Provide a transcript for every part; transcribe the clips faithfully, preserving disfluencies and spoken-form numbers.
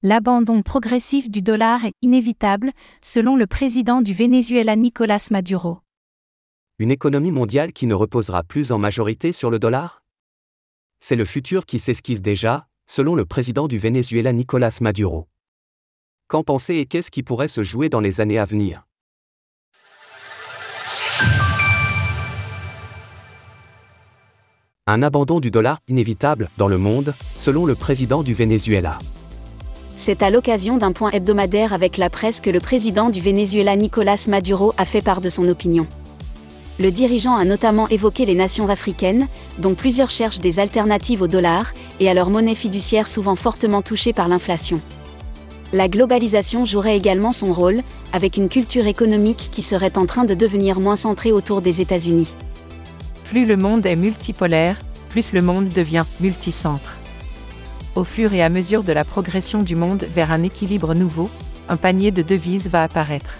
L'abandon progressif du dollar est inévitable, selon le président du Venezuela Nicolás Maduro. Une économie mondiale qui ne reposera plus en majorité sur le dollar ? C'est le futur qui s'esquisse déjà, selon le président du Venezuela Nicolás Maduro. Qu'en penser et qu'est-ce qui pourrait se jouer dans les années à venir ? Un abandon du dollar inévitable dans le monde, selon le président du Venezuela. C'est à l'occasion d'un point hebdomadaire avec la presse que le président du Venezuela Nicolás Maduro a fait part de son opinion. Le dirigeant a notamment évoqué les nations africaines, dont plusieurs cherchent des alternatives au dollar, et à leur monnaie fiduciaire souvent fortement touchée par l'inflation. La globalisation jouerait également son rôle, avec une culture économique qui serait en train de devenir moins centrée autour des États-Unis. Plus le monde est multipolaire, plus le monde devient multicentre. Au fur et à mesure de la progression du monde vers un équilibre nouveau, un panier de devises va apparaître.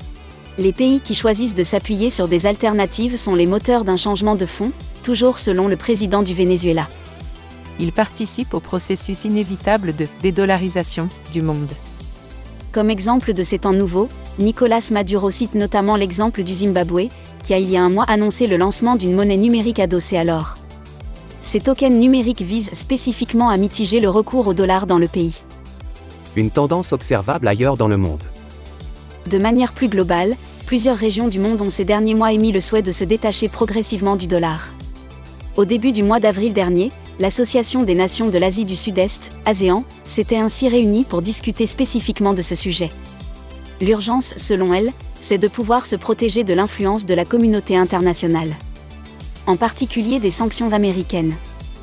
Les pays qui choisissent de s'appuyer sur des alternatives sont les moteurs d'un changement de fond, toujours selon le président du Venezuela. Ils participent au processus inévitable de dédollarisation du monde. Comme exemple de ces temps nouveaux, Nicolás Maduro cite notamment l'exemple du Zimbabwe, qui a il y a un mois annoncé le lancement d'une monnaie numérique adossée à l'or. Ces tokens numériques visent spécifiquement à mitiger le recours au dollar dans le pays. Une tendance observable ailleurs dans le monde. De manière plus globale, plusieurs régions du monde ont ces derniers mois émis le souhait de se détacher progressivement du dollar. Au début du mois d'avril dernier, l'Association des Nations de l'Asie du Sud-Est, ASEAN, s'était ainsi réunie pour discuter spécifiquement de ce sujet. L'urgence, selon elle, c'est de pouvoir se protéger de l'influence de la communauté internationale. En particulier des sanctions américaines.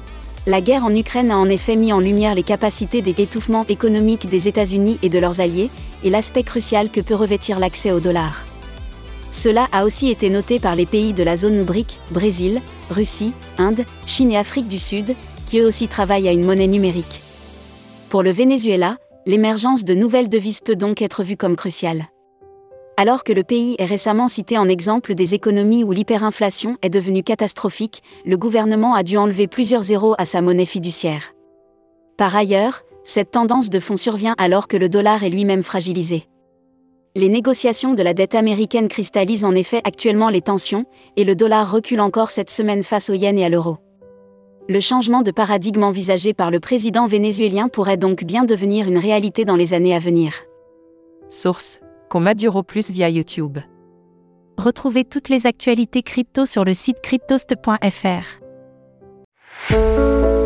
La guerre en Ukraine a en effet mis en lumière les capacités d'étouffement économique des États-Unis et de leurs alliés, et l'aspect crucial que peut revêtir l'accès au dollar. Cela a aussi été noté par les pays de la zone B R I C, Brésil, Russie, Inde, Chine et Afrique du Sud, qui eux aussi travaillent à une monnaie numérique. Pour le Venezuela, l'émergence de nouvelles devises peut donc être vue comme cruciale. Alors que le pays est récemment cité en exemple des économies où l'hyperinflation est devenue catastrophique, le gouvernement a dû enlever plusieurs zéros à sa monnaie fiduciaire. Par ailleurs, cette tendance de fond survient alors que le dollar est lui-même fragilisé. Les négociations de la dette américaine cristallisent en effet actuellement les tensions, et le dollar recule encore cette semaine face au yen et à l'euro. Le changement de paradigme envisagé par le président vénézuélien pourrait donc bien devenir une réalité dans les années à venir. Source: Maduro Plus via YouTube. Retrouvez toutes les actualités crypto sur le site cryptost point f r.